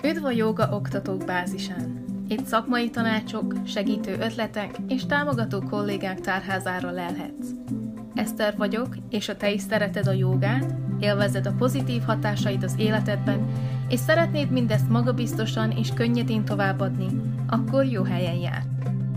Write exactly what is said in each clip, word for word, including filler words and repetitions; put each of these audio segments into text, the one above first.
Üdv a Jóga Oktatók Bázisán! Itt szakmai tanácsok, segítő ötletek és támogató kollégák tárházára lelhetsz. Eszter vagyok, és ha te is szereted a jógát, élvezed a pozitív hatásait az életedben, és szeretnéd mindezt magabiztosan és könnyedén továbbadni, akkor jó helyen jár.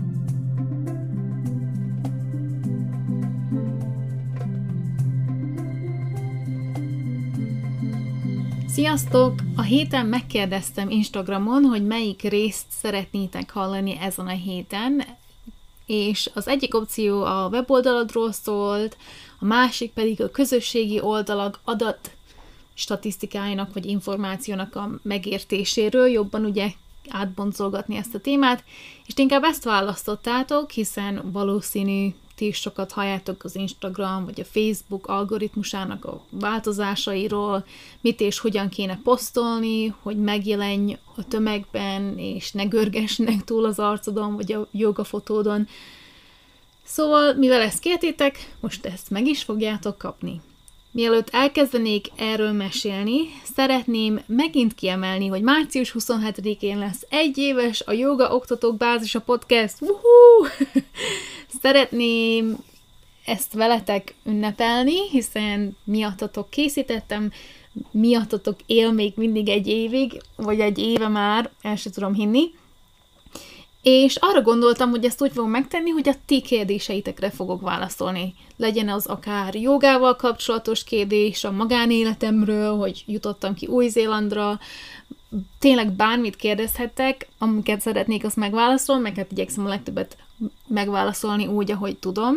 Sziasztok! A héten megkérdeztem Instagramon, hogy melyik részt szeretnétek hallani ezen a héten, és az egyik opció a weboldaladról szólt, a másik pedig a közösségi oldalak adat statisztikájának vagy információnak a megértéséről, jobban ugye átboncolgatni ezt a témát, és inkább ezt választottátok, hiszen valószínű, ti is sokat halljátok az Instagram vagy a Facebook algoritmusának a változásairól, mit és hogyan kéne posztolni, hogy megjelenj a tömegben, és ne görgessenek túl az arcodon, vagy a jogafotódon. Szóval, mivel ezt kértétek, most ezt meg is fogjátok kapni. Mielőtt elkezdenék erről mesélni, szeretném megint kiemelni, hogy március huszonhetedikén lesz egy éves a Jóga Oktatók Bázisa podcast. Uhú! Szeretném ezt veletek ünnepelni, hiszen miattatok készítettem, miattatok él még mindig egy évig, vagy egy éve már, el sem tudom hinni. És arra gondoltam, hogy ezt úgy fogom megtenni, hogy a ti kérdéseitekre fogok válaszolni. Legyen az akár jogával kapcsolatos kérdés, a magánéletemről, hogy jutottam ki Új-Zélandra, tényleg bármit kérdezhettek, amiket szeretnék, azt megválaszolom, meg hát igyekszem a legtöbbet megválaszolni úgy, ahogy tudom.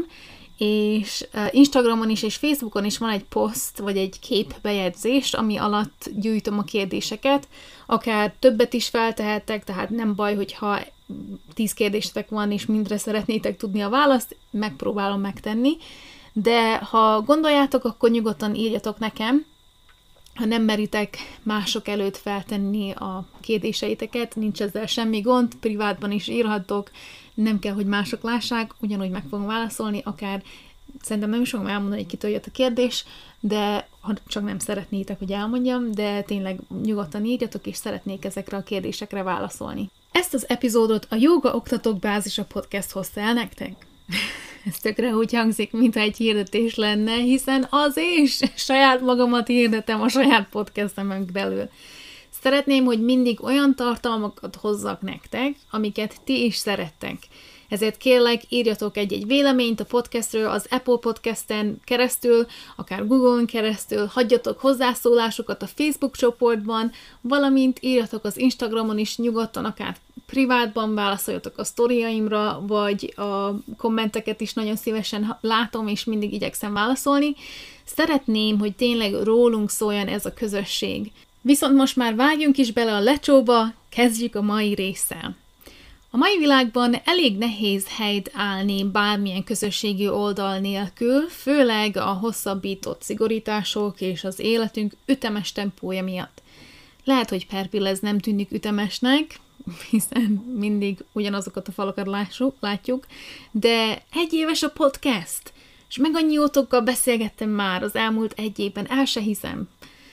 És Instagramon is és Facebookon is van egy poszt, vagy egy képbejegyzés, ami alatt gyűjtöm a kérdéseket. Akár többet is feltehettek, tehát nem baj, hogyha tíz kérdésetek van, és mindre szeretnétek tudni a választ, megpróbálom megtenni. De ha gondoljátok, akkor nyugodtan írjatok nekem, ha nem meritek mások előtt feltenni a kérdéseiteket, nincs ezzel semmi gond, privátban is írhattok, nem kell, hogy mások lássák, ugyanúgy meg fogom válaszolni, akár szerintem nem is fogom elmondani, hogy kitől jött a kérdés, de ha csak nem szeretnétek, hogy elmondjam, de tényleg nyugodtan írjatok, és szeretnék ezekre a kérdésekre válaszolni. Ezt az epizódot a Jóga Oktatók Bázisa podcast hozta el nektek. Ez tökre úgy hangzik, mintha egy hirdetés lenne, hiszen az is saját magamat hirdetem a saját podcastemen belül. Szeretném, hogy mindig olyan tartalmakat hozzak nektek, amiket ti is szerettek. Ezért kérlek, írjatok egy-egy véleményt a podcastről az Apple Podcasten keresztül, akár Google-on keresztül, hagyjatok hozzászólásokat a Facebook csoportban, valamint írjatok az Instagramon is nyugodtan, akár privátban válaszoljatok a sztoriaimra, vagy a kommenteket is nagyon szívesen látom, és mindig igyekszem válaszolni. Szeretném, hogy tényleg rólunk szóljon ez a közösség. Viszont most már vágjunk is bele a lecsóba, kezdjük a mai résszel. A mai világban elég nehéz helyt állni bármilyen közösségi oldal nélkül, főleg a hosszabbított szigorítások és az életünk ütemes tempója miatt. Lehet, hogy per pill ez nem tűnik ütemesnek, hiszen mindig ugyanazokat a falakat lássuk, látjuk, de egy éves a podcast, és meg annyiótokkal beszélgettem már az elmúlt egy évben, el se hiszem.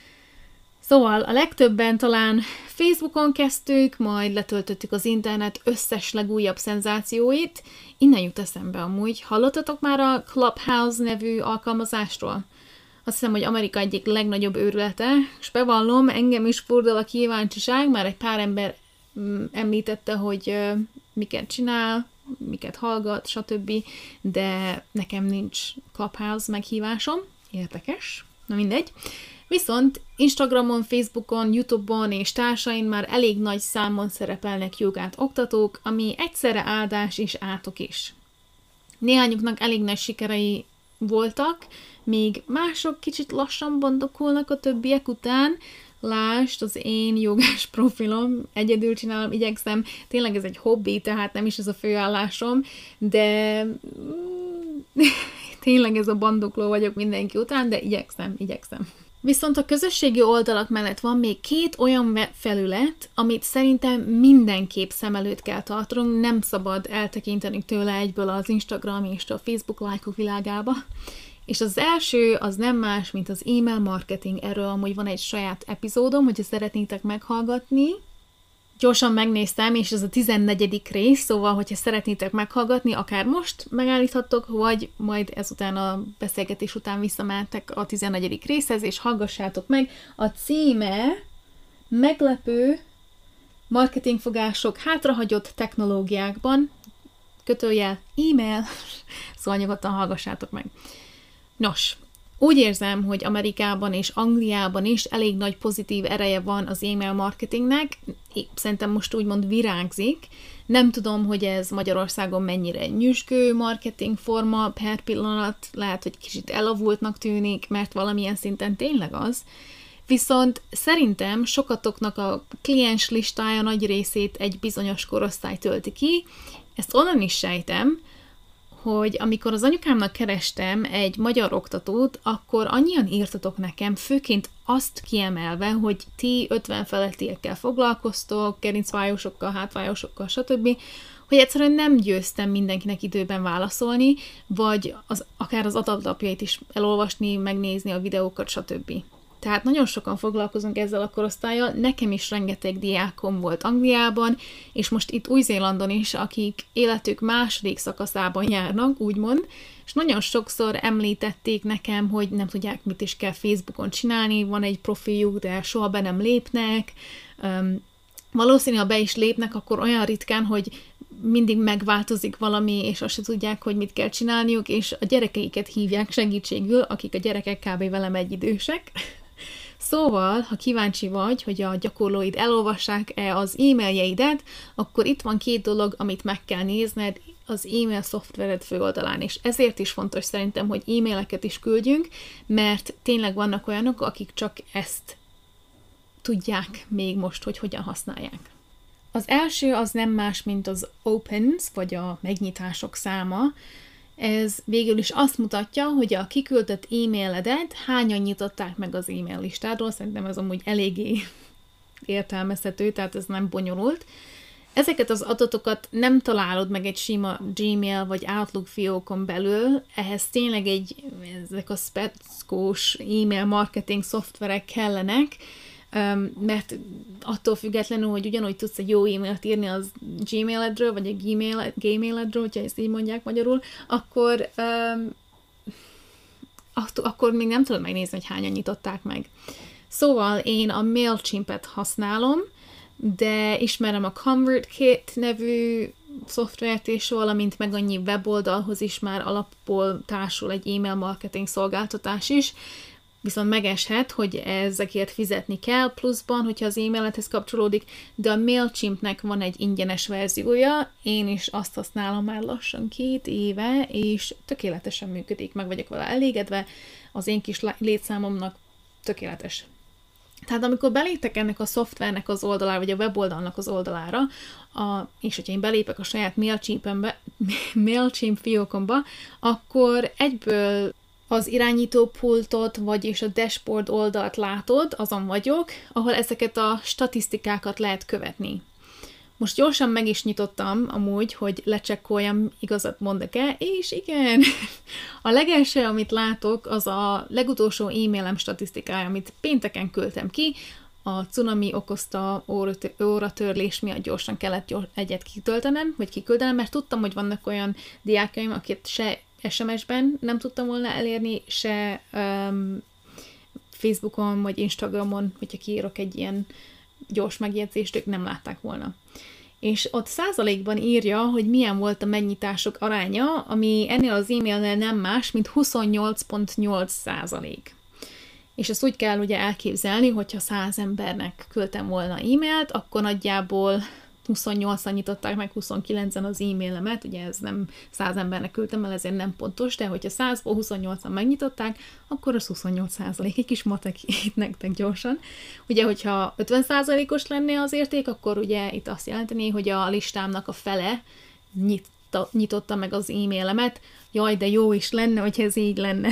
Szóval a legtöbben talán Facebookon kezdtük, majd letöltöttük az internet összes legújabb szenzációit. Innen jut eszembe amúgy. Hallottatok már a Clubhouse nevű alkalmazásról? Azt hiszem, hogy Amerika egyik legnagyobb őrülete, és bevallom, engem is fordul a kíváncsiság, már egy pár ember említette, hogy miket csinál, miket hallgat, stb., de nekem nincs Clubhouse meghívásom. Érdekes. Na mindegy. Viszont Instagramon, Facebookon, YouTube-on és társain már elég nagy számon szerepelnek jogát oktatók, ami egyszerre áldás és átok is. Néhányuknak elég nagy sikerei voltak, míg mások kicsit lassan bondokolnak a többiek után. Lásd, az én jogás profilom, egyedül csinálom, igyekszem, tényleg ez egy hobbi, tehát nem is ez a főállásom, de tényleg ez a bandokló vagyok mindenki után, de igyekszem, igyekszem. Viszont a közösségi oldalak mellett van még két olyan felület, amit szerintem mindenképp szem előtt kell tartanunk, nem szabad eltekinteni tőle egyből az Instagram és a Facebook lájkok világába. És az első az nem más, mint az email marketing. Erről amúgy van egy saját epizódom, hogyha szeretnétek meghallgatni, Gyorsan megnéztem, és ez a tizennegyedik rész, szóval, hogyha szeretnétek meghallgatni, akár most megállíthattok, vagy majd ezután a beszélgetés után visszamehetek a tizennegyedik részhez, és hallgassátok meg. A címe meglepő marketingfogások hátrahagyott technológiákban, kötőjel e-mail, szóval nyugodtan hallgassátok meg. Nos, úgy érzem, hogy Amerikában és Angliában is elég nagy pozitív ereje van az e-mail marketingnek, szerintem most úgymond virágzik. Nem tudom, hogy ez Magyarországon mennyire nyüzsgő marketingforma per pillanat, lehet, hogy kicsit elavultnak tűnik, mert valamilyen szinten tényleg az. Viszont szerintem sokatoknak a kliens listája nagy részét egy bizonyos korosztály tölti ki. Ezt onnan is sejtem, hogy amikor az anyukámnak kerestem egy magyar oktatót, akkor annyian írtatok nekem, főként azt kiemelve, hogy ti ötven felettiekkel foglalkoztok, gerincvájosokkal, hátvájosokkal, stb., hogy egyszerűen nem győztem mindenkinek időben válaszolni, vagy az, akár az adatlapjait is elolvasni, megnézni a videókat, stb. Tehát nagyon sokan foglalkozunk ezzel a korosztállyal, nekem is rengeteg diákom volt Angliában, és most itt Új-Zélandon is, akik életük második szakaszában járnak, úgymond, és nagyon sokszor említették nekem, hogy nem tudják, mit is kell Facebookon csinálni, van egy profiljuk, de soha be nem lépnek. Um, valószínű, ha be is lépnek, akkor olyan ritkán, hogy mindig megváltozik valami, és azt se tudják, hogy mit kell csinálniuk, és a gyerekeiket hívják segítségül, akik a gyerekek kb. Velem egyidősek. Szóval, ha kíváncsi vagy, hogy a gyakorlóid elolvassák-e az e-mailjeidet, akkor itt van két dolog, amit meg kell nézned az e-mail szoftvered főoldalán, és ezért is fontos szerintem, hogy e-maileket is küldjünk, mert tényleg vannak olyanok, akik csak ezt tudják még most, hogy hogyan használják. Az első az nem más, mint az opens, vagy a megnyitások száma. Ez végül is azt mutatja, hogy a kiküldött e-mailedet hányan nyitották meg az e-mail listádról, szerintem ez amúgy eléggé értelmezhető, tehát ez nem bonyolult. Ezeket az adatokat nem találod meg egy sima Gmail vagy Outlook fiókon belül, ehhez tényleg egy, ezek a speckós e-mail marketing szoftverek kellenek, mert attól függetlenül, hogy ugyanúgy tudsz egy jó e-mailt írni az Gmailedről, vagy egy Gmail, Gmailedről, hogyha ezt így mondják magyarul, akkor, um, akkor még nem tudod megnézni, hogy hányan nyitották meg. Szóval én a MailChimp-et használom, de ismerem a ConvertKit nevű szoftvert, és valamint meg annyi weboldalhoz is már alapból társul egy e-mail marketing szolgáltatás is, viszont megeshet, hogy ezekért fizetni kell pluszban, hogyha az e-mailethez kapcsolódik, de a MailChimpnek van egy ingyenes verziója, én is azt használom már lassan két éve, és tökéletesen működik, meg vagyok vele elégedve, az én kis létszámomnak tökéletes. Tehát amikor beléptek ennek a szoftvernek az oldalára, vagy a weboldalnak az oldalára, a, és hogyha én belépek a saját MailChimp-embe, MailChimp fiókomba, akkor egyből az irányítópultot, vagyis a dashboard oldalt látod, azon vagyok, ahol ezeket a statisztikákat lehet követni. Most gyorsan meg is nyitottam amúgy, hogy lecsekkoljam, igazat mondok-e, és igen, a legelső, amit látok, az a legutolsó e-mailem statisztikája, amit pénteken küldtem ki, a cunami okozta óratörlés miatt gyorsan kellett gyors, egyet kitöltenem, vagy kiküldenem, mert tudtam, hogy vannak olyan diákjaim, akik se es em es-ben nem tudtam volna elérni, se um, Facebookon, vagy Instagramon, hogyha kiírok egy ilyen gyors megjegyzést, ők nem látták volna. És ott százalékban írja, hogy milyen volt a megnyitások aránya, ami ennél az e-mailnél nem más, mint huszonnyolc egész nyolc százalék. És ezt úgy kell ugye elképzelni, hogyha száz embernek küldtem volna e-mailt, akkor nagyjából huszonnyolcan nyitották meg huszonkilencen az e-mailemet, ugye ez nem száz embernek küldtem el, ezért nem pontos, de hogyha százból huszonnyolcan megnyitották, akkor az huszonnyolc százalék, egy kis matek itt nektek gyorsan. Ugye, hogyha ötven százalékos lenne az érték, akkor ugye itt azt jelenteni, hogy a listámnak a fele nyitta, nyitotta meg az e-mailemet. Jaj, de jó is lenne, hogy ez így lenne.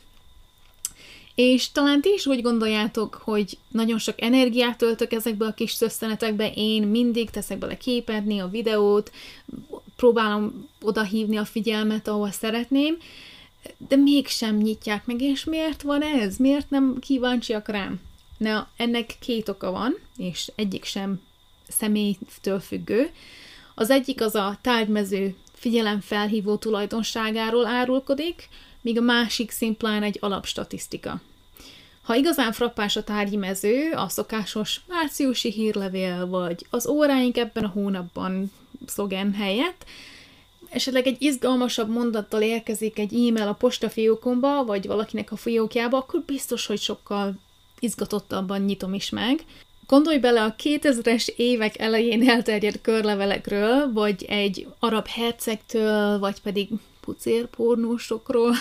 És talán ti is úgy gondoljátok, hogy nagyon sok energiát töltök ezekbe a kis szösszenetekbe, én mindig teszek bele képet, néha videót, próbálom odahívni a figyelmet, ahol szeretném, de mégsem nyitják meg, és miért van ez? Miért nem kíváncsiak rám? Na, ennek két oka van, és egyik sem személytől függő. Az egyik az a tárgymező figyelemfelhívó tulajdonságáról árulkodik, míg a másik szimplán egy alapstatisztika. Ha igazán frappás a tárgyi mező, a szokásos márciusi hírlevél, vagy az óráink ebben a hónapban szlogen helyett, esetleg egy izgalmasabb mondattal érkezik egy e-mail a postafiókomba, vagy valakinek a fiókjába, akkor biztos, hogy sokkal izgatottabban nyitom is meg. Gondolj bele a kétezres évek elején elterjedt körlevelekről, vagy egy arab hercegtől, vagy pedig pucérpornósokról.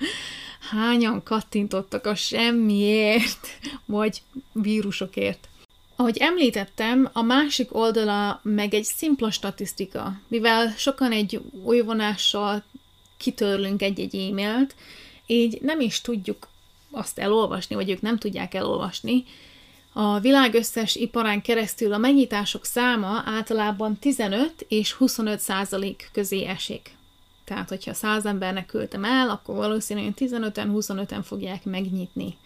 Hányan kattintottak a semmiért, vagy vírusokért. Ahogy említettem, a másik oldala meg egy szimpla statisztika, mivel sokan egy új vonással kitörlünk egy-egy e-mailt, így nem is tudjuk azt elolvasni, vagy ők nem tudják elolvasni. A világ összes iparán keresztül a megnyitások száma általában tizenöt és huszonöt százalék közé esik. Tehát, hogyha száz embernek küldtem el, akkor valószínűleg tizenöten, huszonöten fogják megnyitni.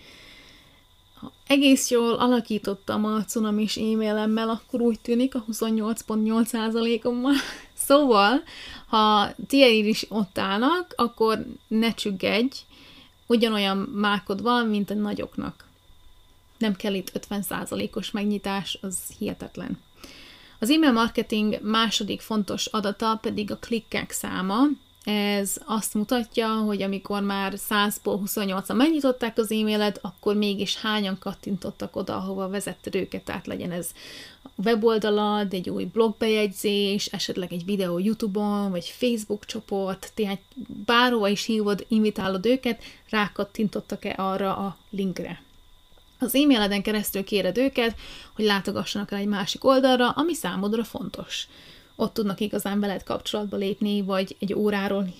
Ha egész jól alakítottam a cunamis e-mailemmel, akkor úgy tűnik a huszonnyolc egész nyolc százalékommal. Szóval, ha tiéd is ott állnak, akkor ne csüggedj, ugyanolyan mákod van, mint a nagyoknak. Nem kell itt ötven százalékos megnyitás, az hihetetlen. Az e-mail marketing második fontos adata pedig a klikkek száma. Ez azt mutatja, hogy amikor már százból huszonnyolcan megnyitották az e-mailet, akkor mégis hányan kattintottak oda, ahova vezetted őket, tehát legyen ez a weboldalad, egy új blogbejegyzés, esetleg egy videó YouTube-on, vagy Facebook csoport, tehát bárhova is hívod, invitálod őket, rákattintottak-e arra a linkre. Az e-maileden keresztül kéred őket, hogy látogassanak el egy másik oldalra, ami számodra fontos. Ott tudnak igazán veled kapcsolatba lépni, vagy egy óráról,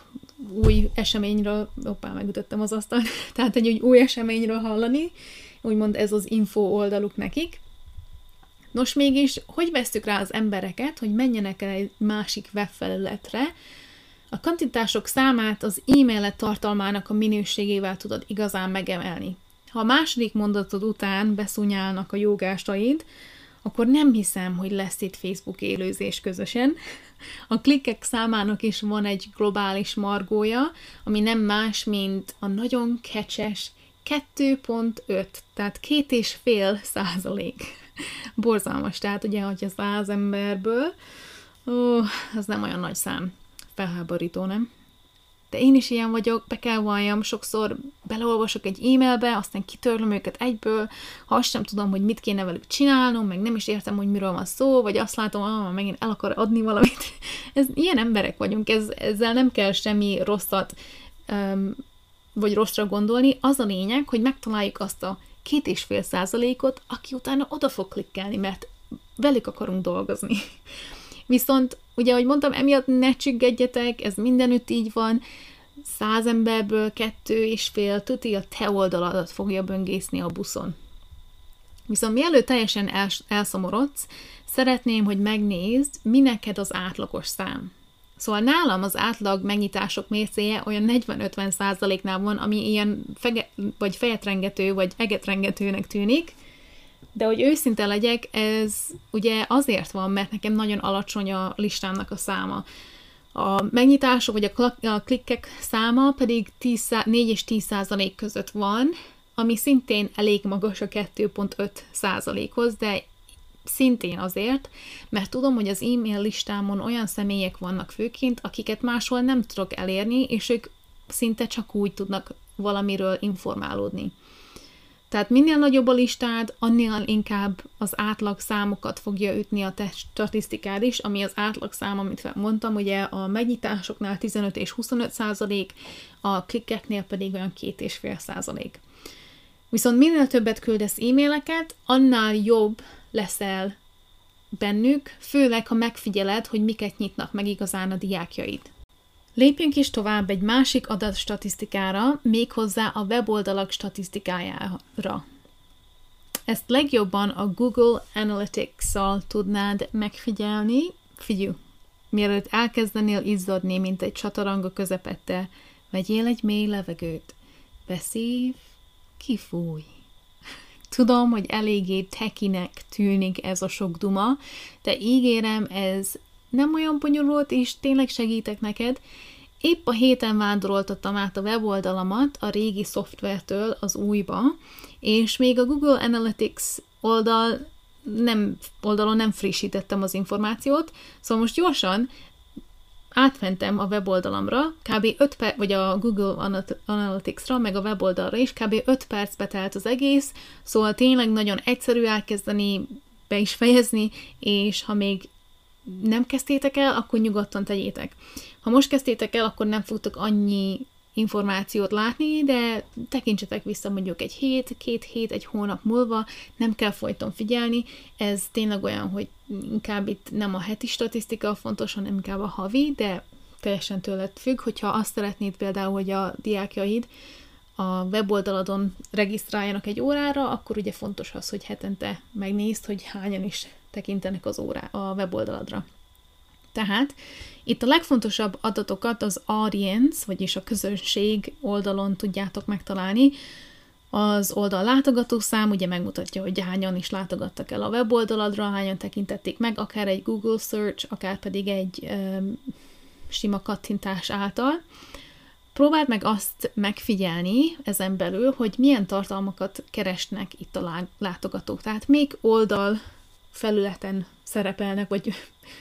új eseményről, hoppá, megütöttem az asztalt, tehát egy új eseményről hallani, úgymond ez az info oldaluk nekik. Nos, mégis, hogy vesztük rá az embereket, hogy menjenek el egy másik webfelületre? A kattintások számát az e-mailet tartalmának a minőségével tudod igazán megemelni. Ha a második mondatod után beszúnyálnak a jogásaid, akkor nem hiszem, hogy lesz itt Facebook élőzés közösen. A klikkek számának is van egy globális margója, ami nem más, mint a nagyon kecses kettő egész öt, tehát két és fél százalék. Borzalmas, tehát ugye, hogyha száz emberből, ó, az nem olyan nagy szám. Felháborító, nem? De én is ilyen vagyok, be kell valljam, sokszor beleolvasok egy e-mailbe, aztán kitörlöm őket egyből, ha azt sem tudom, hogy mit kéne velük csinálnom, meg nem is értem, hogy miről van szó, vagy azt látom, ah, megint el akar adni valamit. Ez, ilyen emberek vagyunk, ez, ezzel nem kell semmi rosszat, um, vagy rosszra gondolni. Az a lényeg, hogy megtaláljuk azt a két és fél százalékot, aki utána oda fog klikkelni, mert velük akarunk dolgozni. Viszont, ugye, ahogy mondtam, emiatt ne csüggedjetek, ez mindenütt így van, száz emberből kettő és fél tuti a te oldaladat fogja böngészni a buszon. Viszont mielőtt teljesen els- elszomorodsz, szeretném, hogy megnézd, mi neked az átlagos szám. Szóval nálam az átlag megnyitások mércéje olyan negyven-ötven százaléknál van, ami ilyen fege- vagy fejetrengető, vagy egetrengetőnek tűnik, de hogy őszinte legyek, ez ugye azért van, mert nekem nagyon alacsony a listámnak a száma. A megnyitások vagy a, a klikkek száma pedig tíz, négy és tíz százalék között van, ami szintén elég magas a kettő egész öt százalékhoz, de szintén azért, mert tudom, hogy az e-mail listámon olyan személyek vannak főként, akiket máshol nem tudok elérni, és ők szinte csak úgy tudnak valamiről informálódni. Tehát minél nagyobb a listád, annál inkább az átlag számokat fogja ütni a te statisztikád is, ami az átlag szám, amit mondtam, ugye a megnyitásoknál tizenöt és huszonöt százalék, a klikkeknél pedig olyan két és fél százalék. Viszont minél többet küldesz e-maileket, annál jobb leszel bennük, főleg ha megfigyeled, hogy miket nyitnak meg igazán a diákjaid. Lépjünk is tovább egy másik adatstatisztikára, méghozzá a weboldalak statisztikájára. Ezt legjobban a Google Analytics-szal tudnád megfigyelni. Figyelj, mielőtt elkezdenél izzadni, mint egy csataranga közepette, vegyél egy mély levegőt. Beszív, kifúj. Tudom, hogy eléggé tekinek tűnik ez a sok duma, de ígérem, ez nem olyan bonyolult, és tényleg segítek neked. Épp a héten vándoroltattam át a weboldalamat a régi szoftvertől az újba, és még a Google Analytics oldal nem, oldalon nem frissítettem az információt, szóval most gyorsan átmentem a weboldalamra, kb. öt perc, vagy a Google Analytics-ra, meg a weboldalra is, kb. öt percbe telt az egész, szóval tényleg nagyon egyszerű elkezdeni, be is fejezni, és ha még nem kezdtétek el, akkor nyugodtan tegyétek. Ha most kezdtétek el, akkor nem fogtok annyi információt látni, de tekintsetek vissza mondjuk egy hét, két hét, egy hónap múlva, nem kell folyton figyelni, ez tényleg olyan, hogy inkább itt nem a heti statisztika fontos, hanem inkább a havi, de teljesen tőled függ, hogyha azt szeretnéd például, hogy a diákjaid a weboldaladon regisztráljanak egy órára, akkor ugye fontos az, hogy hetente megnézd, hogy hányan is tekintenek az órá, a weboldaladra. Tehát itt a legfontosabb adatokat az audience, vagyis a közönség oldalon tudjátok megtalálni. Az oldal látogatószám ugye megmutatja, hogy hányan is látogattak el a weboldaladra, hányan tekintették meg, akár egy Google search, akár pedig egy um, sima kattintás által. Próbáld meg azt megfigyelni ezen belül, hogy milyen tartalmakat keresnek itt a látogatók. Tehát még oldal felületen szerepelnek, vagy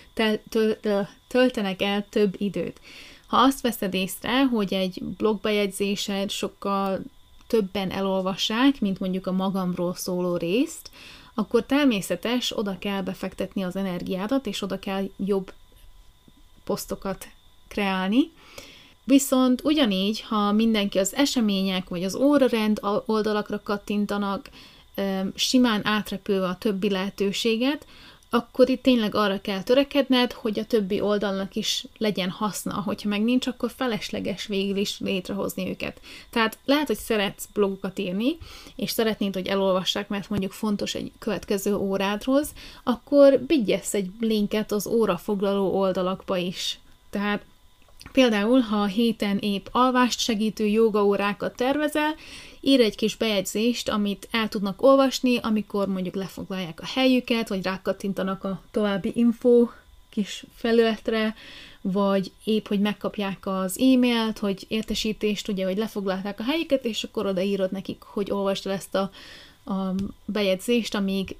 töltenek el több időt. Ha azt veszed észre, hogy egy blogbejegyzésed sokkal többen elolvassák, mint mondjuk a magamról szóló részt, akkor természetes, oda kell befektetni az energiádat, és oda kell jobb posztokat kreálni. Viszont ugyanígy, ha mindenki az események vagy az órarend oldalakra kattintanak, simán átrepülve a többi lehetőséget, akkor itt tényleg arra kell törekedned, hogy a többi oldalnak is legyen haszna. Hogyha meg nincs, akkor felesleges végül is létrehozni őket. Tehát lehet, hogy szeretsz blogokat írni, és szeretnéd, hogy elolvassák, mert mondjuk fontos egy következő órádhoz, akkor vigyesz egy linket az órafoglaló oldalakba is. Tehát például, ha a héten épp alvást segítő jógaórákat tervezel, ír egy kis bejegyzést, amit el tudnak olvasni, amikor mondjuk lefoglalják a helyüket, vagy rákattintanak a további info kis felületre, vagy épp, hogy megkapják az e-mailt, hogy értesítést, ugye, hogy lefoglalták a helyüket, és akkor odaírod nekik, hogy olvasd el ezt a, a bejegyzést, amíg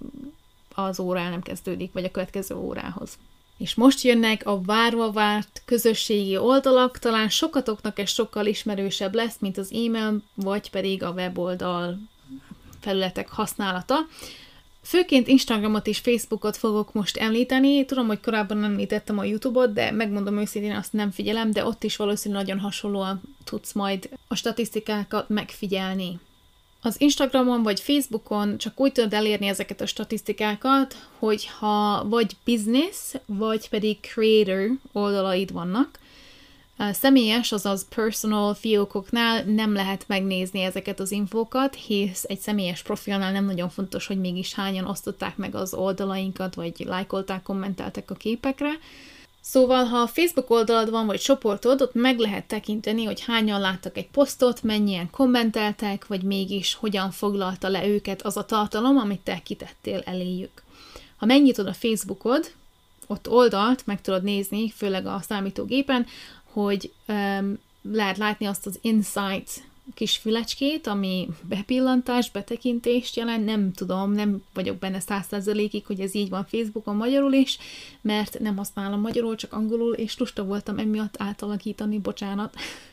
az óra el nem kezdődik, vagy a következő órához. És most jönnek a várva várt közösségi oldalak, talán sokatoknak ez sokkal ismerősebb lesz, mint az e-mail, vagy pedig a weboldal felületek használata. Főként Instagramot és Facebookot fogok most említeni. Tudom, hogy korábban említettem a YouTube-ot, de megmondom őszintén, azt nem figyelem, de ott is valószínűleg nagyon hasonlóan tudsz majd a statisztikákat megfigyelni. Az Instagramon vagy Facebookon csak úgy tudod elérni ezeket a statisztikákat, hogyha vagy business, vagy pedig creator oldalaid vannak. A személyes, azaz personal fiókoknál nem lehet megnézni ezeket az infókat, hisz egy személyes profilnál nem nagyon fontos, hogy mégis hányan osztották meg az oldalainkat, vagy lájkolták, kommenteltek a képekre. Szóval, ha a Facebook oldalad van, vagy csoportod, ott meg lehet tekinteni, hogy hányan láttak egy posztot, mennyien kommenteltek, vagy mégis hogyan foglalta le őket az a tartalom, amit te kitettél eléjük. Ha megnyitod a Facebookod, ott oldalt meg tudod nézni, főleg a számítógépen, hogy um, lehet látni azt az Insights kis fülecskét, ami bepillantás, betekintést jelent, nem tudom, nem vagyok benne száz százalékig, hogy ez így van Facebookon magyarul is, mert nem használom magyarul, csak angolul, és lusta voltam emiatt átalakítani, bocsánat.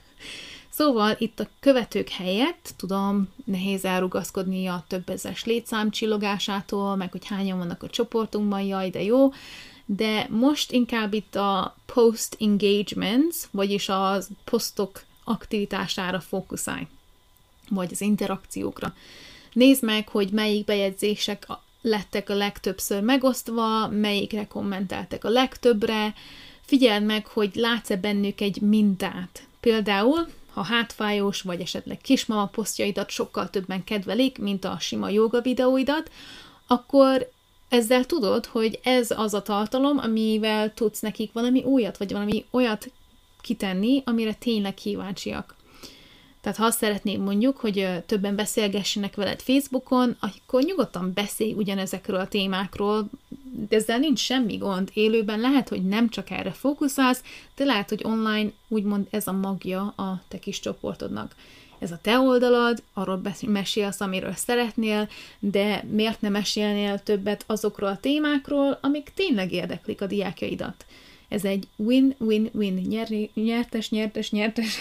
Szóval itt a követők helyett, tudom, nehéz elrugaszkodni a több ezres létszám csillogásától, meg hogy hányan vannak a csoportunkban, jaj, de jó, de most inkább itt a post engagements, vagyis a posztok aktivitására fókuszálj, vagy az interakciókra. Nézd meg, hogy melyik bejegyzések lettek a legtöbbször megosztva, melyikre kommenteltek a legtöbbre, figyeld meg, hogy látsz-e bennük egy mintát. Például, ha hátfájós, vagy esetleg kismama posztjaidat sokkal többen kedvelik, mint a sima jóga videóidat, akkor ezzel tudod, hogy ez az a tartalom, amivel tudsz nekik valami újat, vagy valami olyat kitenni, amire tényleg kíváncsiak. Tehát ha azt szeretnéd mondjuk, hogy többen beszélgessenek veled Facebookon, akkor nyugodtan beszélj ugyanezekről a témákról, de ezzel nincs semmi gond. Élőben lehet, hogy nem csak erre fókuszálsz, de lehet, hogy online úgymond ez a magja a te kis csoportodnak. Ez a te oldalad, arról mesélsz, amiről szeretnél, de miért nem mesélnél többet azokról a témákról, amik tényleg érdeklik a diákjaidat. Ez egy win-win-win, nyertes, nyertes, nyertes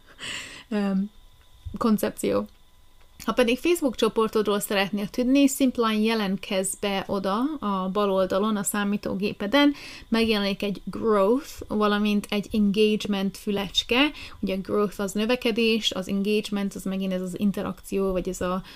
koncepció. Ha pedig Facebook csoportodról szeretnél tudni, szimplán jelentkezz be oda a bal oldalon a számítógépeden, megjelenik egy growth, valamint egy engagement fülecske. Ugye a growth az növekedés, az engagement az megint ez az interakció, vagy ez a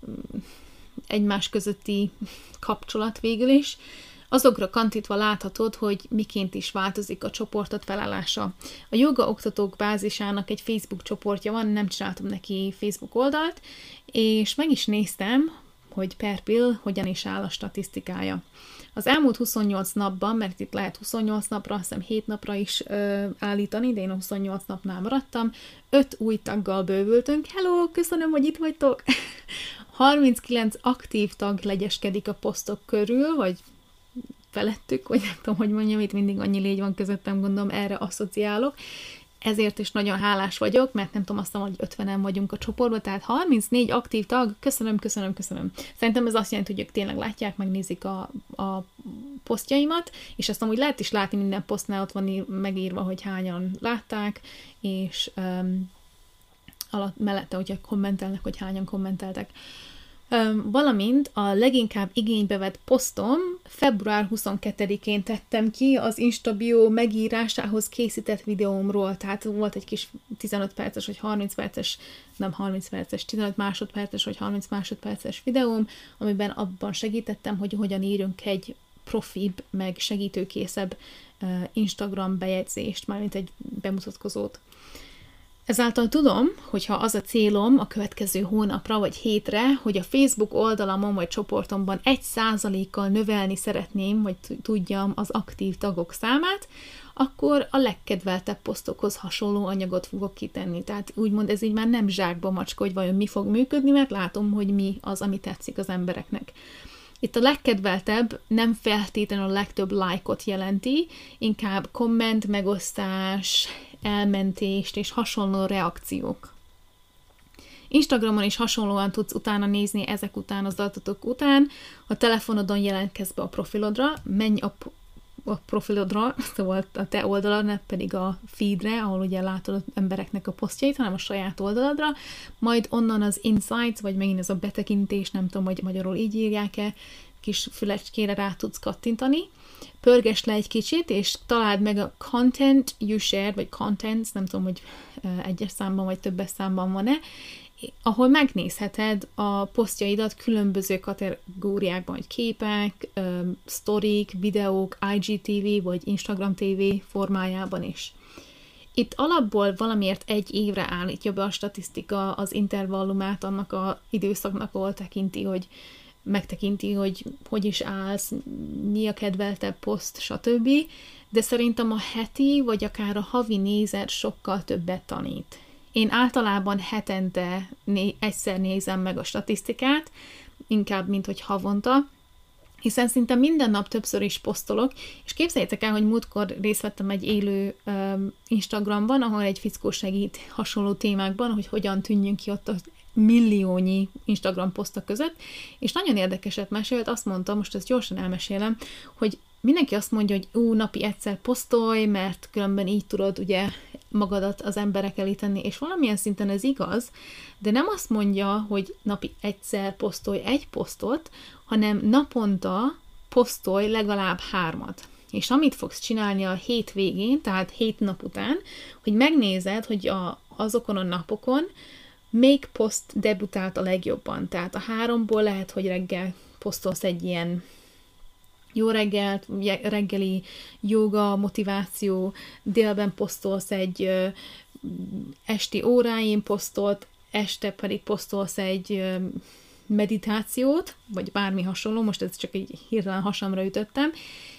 egymás közötti kapcsolat végül is. Azokra kantítva láthatod, hogy miként is változik a csoportot felállása. A joga oktatók bázisának egy Facebook csoportja van, nem csináltam neki Facebook oldalt, és meg is néztem, hogy per pill hogyan is áll a statisztikája. Az elmúlt huszonnyolc napban, mert itt lehet huszonnyolc napra, azt hiszem hét napra is ö, állítani, de én a huszonnyolc napnál maradtam, öt új taggal bővültünk. Hello, köszönöm, hogy itt vagytok! harminckilenc aktív tag legyeskedik a posztok körül, vagy felettük, vagy nem tudom, hogy mondjam, itt mindig annyi légy van közöttem, gondolom, erre asszociálok. Ezért is nagyon hálás vagyok, mert nem tudom, azt mondom, hogy ötvenen vagyunk a csoportban, tehát harmincnégy aktív tag, köszönöm, köszönöm, köszönöm. Szerintem ez azt jelenti, hogy ők tényleg látják, megnézik a, a posztjaimat, és azt amúgy lehet is látni, minden posztnál ott van ír, megírva, hogy hányan látták, és um, alatt, mellette, hogyha kommentelnek, hogy hányan kommenteltek. Um, valamint a leginkább igénybe vett posztom február huszonkettedikén tettem ki az Instabio megírásához készített videómról, tehát volt egy kis tizenöt perces vagy harminc perces, nem harminc perces, tizenöt másodperces vagy harminc másodperces videóm, amiben abban segítettem, hogy hogyan írjunk egy profibb, meg segítőkészebb uh, Instagram bejegyzést, mármint egy bemutatkozót. Ezáltal tudom, hogyha az a célom a következő hónapra vagy hétre, hogy a Facebook oldalamon vagy csoportomban egy százalékkal növelni szeretném, vagy tudjam az aktív tagok számát, akkor a legkedveltebb posztokhoz hasonló anyagot fogok kitenni. Tehát úgymond ez így már nem zsákba macska, hogy vajon mi fog működni, mert látom, hogy mi az, ami tetszik az embereknek. Itt a legkedveltebb nem feltétlenül a legtöbb lájkot jelenti, inkább komment, megosztás, elmentést és hasonló reakciók. Instagramon is hasonlóan tudsz utána nézni ezek után, az adatok után. A telefonodon jelentkezz be a profilodra, menj a, a profilodra, szóval a te oldalad, ne pedig a feedre, ahol ugye látod az embereknek a posztjait, hanem a saját oldaladra, majd onnan az insights, vagy megint ez a betekintés, nem tudom, hogy magyarul így írják-e, kis fülecskére rá tudsz kattintani, pörgess le egy kicsit, és találd meg a content you shared, vagy contents, nem tudom, hogy egyes számban, vagy többes számban van-e, ahol megnézheted a posztjaidat különböző kategóriákban, hogy képek, sztorik, videók, I G T V, vagy Instagram T V formájában is. Itt alapból valamiért egy évre állítja be a statisztika az intervallumát annak az időszaknak, ahol tekinti, hogy megtekinti, hogy hogy is állsz, mi a kedveltebb poszt, stb. De szerintem a heti, vagy akár a havi nézet sokkal többet tanít. Én általában hetente né- egyszer nézem meg a statisztikát, inkább, mint hogy havonta, hiszen szinte minden nap többször is posztolok, és képzeljétek el, hogy múltkor részt vettem egy élő um, Instagramban, ahol egy fickó segít hasonló témákban, hogy hogyan tűnjünk ki ott a milliónyi Instagram posztok között, és nagyon érdekeset mesélt, azt mondta, most ezt gyorsan elmesélem, hogy mindenki azt mondja, hogy ú, napi egyszer posztolj, mert különben így tudod ugye magadat az emberek elé tenni, és valamilyen szinten ez igaz, de nem azt mondja, hogy napi egyszer posztolj egy posztot, hanem naponta posztolj legalább hármat. És amit fogsz csinálni a hét végén, tehát hét nap után, hogy megnézed, hogy a, azokon a napokon melyik poszt debutált a legjobban. Tehát a háromból lehet, hogy reggel posztolsz egy ilyen jó reggelt, reggeli joga, motiváció, délben posztolsz egy ö, esti óráin posztolt, este pedig posztolsz egy ö, meditációt, vagy bármi hasonló, most ez csak egy hirtelen hasamra ütöttem,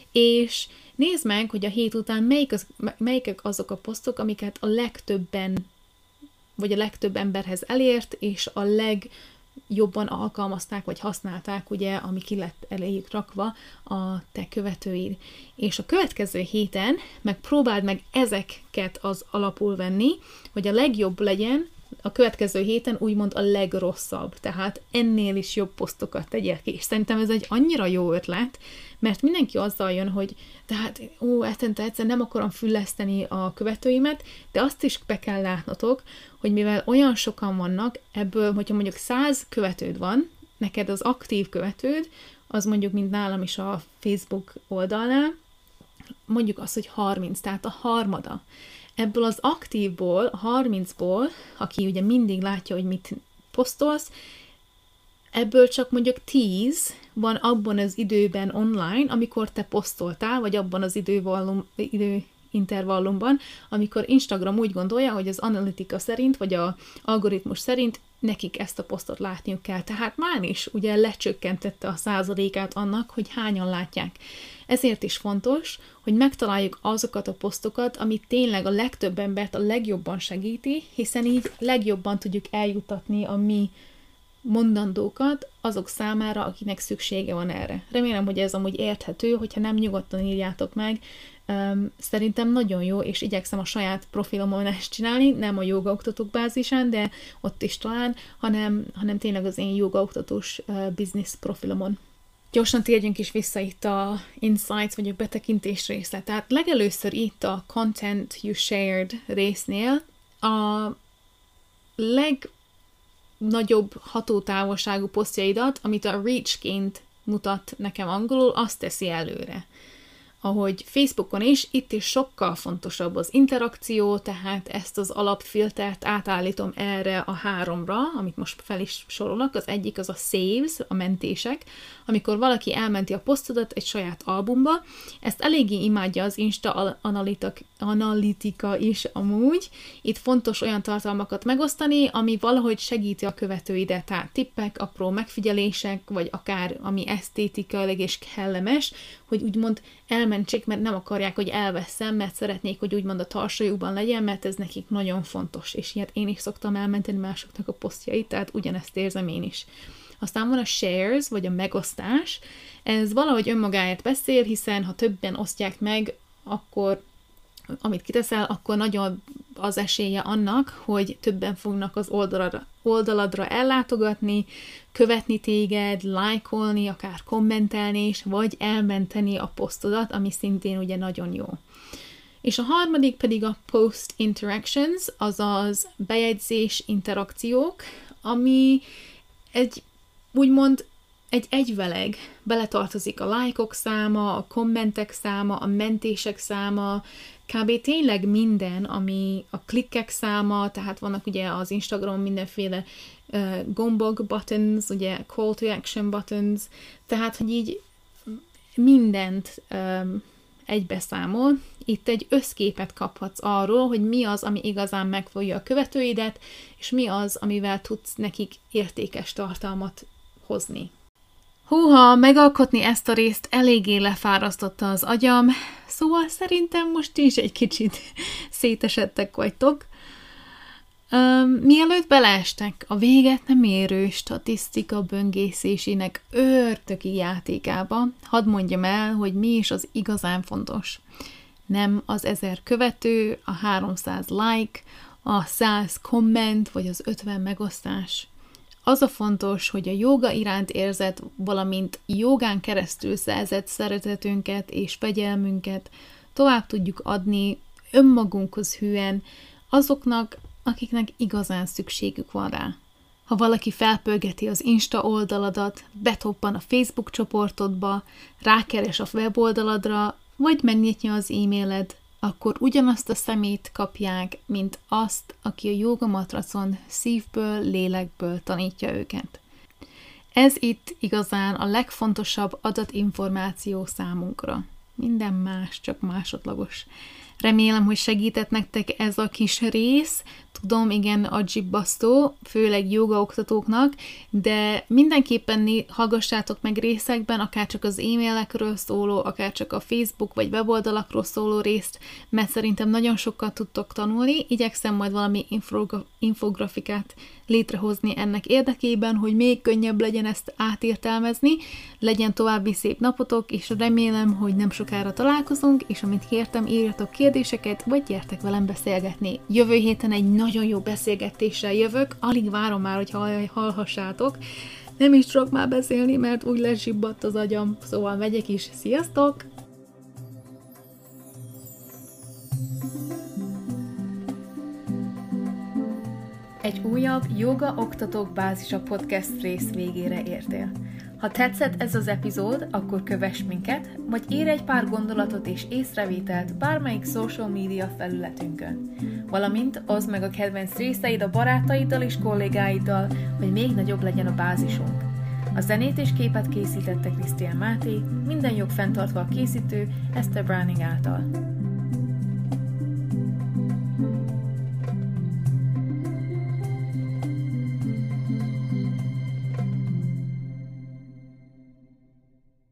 és nézd meg, hogy a hét után melyik az, melyikek azok a posztok, amiket a legtöbben vagy a legtöbb emberhez elért, és a legjobban alkalmazták, vagy használták, ugye, ami ki lett eléjük rakva a te követőid. És a következő héten meg próbáld meg ezeket az alapul venni, hogy a legjobb legyen, a következő héten úgymond a legrosszabb, tehát ennél is jobb posztokat tegyél ki. És szerintem ez egy annyira jó ötlet, mert mindenki azzal jön, hogy tehát, ó, ettente egyszer nem akarom fülleszteni a követőimet, de azt is be kell látnotok, hogy mivel olyan sokan vannak, ebből, hogyha mondjuk száz követőd van, neked az aktív követőd, az mondjuk, mint nálam is a Facebook oldalnál, mondjuk az, hogy harminc, tehát a harmada. Ebből az aktívból, a harmincból, aki ugye mindig látja, hogy mit posztolsz, ebből csak mondjuk tíz van abban az időben online, amikor te posztoltál, vagy abban az idővallum, időintervallumban, amikor Instagram úgy gondolja, hogy az analitika szerint, vagy az algoritmus szerint nekik ezt a posztot látniuk kell. Tehát már is ugye lecsökkentette a százalékát annak, hogy hányan látják. Ezért is fontos, hogy megtaláljuk azokat a posztokat, amit tényleg a legtöbb embert a legjobban segíti, hiszen így legjobban tudjuk eljutatni a mi mondandókat azok számára, akinek szüksége van erre. Remélem, hogy ez amúgy érthető, hogyha nem, nyugodtan írjátok meg. Um, szerintem nagyon jó, és igyekszem a saját profilomon ezt csinálni, nem a jogaoktatók bázisán, de ott is talán, hanem, hanem tényleg az én jogaoktatós uh, business profilomon. Gyorsan térjünk is vissza itt a insights, vagy a betekintés részre. Tehát legelőször itt a content you shared résznél a legnagyobb hatótávolságú posztjaidat, amit a reachként mutat nekem angolul, azt teszi előre. Ahogy Facebookon is, itt is sokkal fontosabb az interakció, tehát ezt az alapfiltert átállítom erre a háromra, amit most fel is sorolok. Az egyik az a saves, a mentések, amikor valaki elmenti a posztodat egy saját albumba. Ezt eléggé imádja az Insta analitik, analitika is amúgy. Itt fontos olyan tartalmakat megosztani, ami valahogy segíti a követőidet, tehát tippek, apró megfigyelések, vagy akár ami esztétikailag és kellemes, hogy úgymond elmentsék, mert nem akarják, hogy elveszem, mert szeretnék, hogy úgymond a tarsolyukban legyen, mert ez nekik nagyon fontos, és ilyet én is szoktam elmenteni másoknak a posztjait, tehát ugyanezt érzem én is. Aztán van a shares, vagy a megosztás, ez valahogy önmagáért beszél, hiszen ha többen osztják meg, akkor amit kiteszel, akkor nagyon az esélye annak, hogy többen fognak az oldaladra, oldaladra ellátogatni, követni téged, lájkolni, akár kommentelni is, vagy elmenteni a posztodat, ami szintén ugye nagyon jó. És a harmadik pedig a post interactions, azaz bejegyzés, interakciók, ami egy úgymond egy egyveleg beletartozik a lájkok száma, a kommentek száma, a mentések száma, kb. Tényleg minden, ami a klikkek száma, tehát vannak ugye az Instagramon mindenféle uh, gombok, buttons, ugye call to action buttons, tehát hogy így mindent um, egybeszámol. Itt egy összképet kaphatsz arról, hogy mi az, ami igazán megfogja a követőidet, és mi az, amivel tudsz nekik értékes tartalmat hozni. Húha, megalkotni ezt a részt eléggé lefárasztotta az agyam, szóval szerintem most is egy kicsit szétesedtek vagytok. Um, mielőtt beleestek a véget nem érő statisztika böngészésének ördögi játékába, hadd mondjam el, hogy mi is az igazán fontos. Nem az ezer követő, a háromszáz like, a száz komment vagy az ötven megosztás. Az a fontos, hogy a jóga iránt érzett, valamint jogán keresztül szerzett szeretetünket és fegyelmünket tovább tudjuk adni önmagunkhoz hűen azoknak, akiknek igazán szükségük van rá. Ha valaki felpörgeti az Insta oldaladat, betoppan a Facebook csoportodba, rákeres a weboldaladra, vagy megnyitja az e-mailed, akkor ugyanazt a szemét kapják, mint azt, aki a jógamatracon szívből, lélekből tanítja őket. Ez itt igazán a legfontosabb adatinformáció számunkra. Minden más, csak másodlagos. Remélem, hogy segített nektek ez a kis rész. Tudom, igen, agyibasztó, főleg joga oktatóknak, de mindenképpen né- hallgassátok meg részekben, akár csak az e-mailekről szóló, akár csak a Facebook vagy weboldalakról szóló részt, mert szerintem nagyon sokat tudtok tanulni. Igyekszem majd valami infogra- infografikát létrehozni ennek érdekében, hogy még könnyebb legyen ezt átértelmezni, legyen további szép napotok, és remélem, hogy nem sokára találkozunk, és amit kértem, írjatok kérdéseket, vagy gyertek velem beszélgetni. Jövő héten egy nagyon jó beszélgetéssel jövök, alig várom már, hogy hall- hallhassátok. Nem is tudok már beszélni, mert úgy lezsibbadt az agyam, szóval megyek is. Sziasztok! Egy újabb Joga Oktatók Bázisa podcast rész végére értél. Ha tetszett ez az epizód, akkor kövess minket, vagy írj egy pár gondolatot és észrevételt bármelyik social media felületünkön. Valamint oszd meg a kedvenc részeid a barátaiddal és kollégáiddal, hogy még nagyobb legyen a bázisunk. A zenét és képet készítette Krisztián Máté, minden jog fenntartva a készítő Eszter Browning által.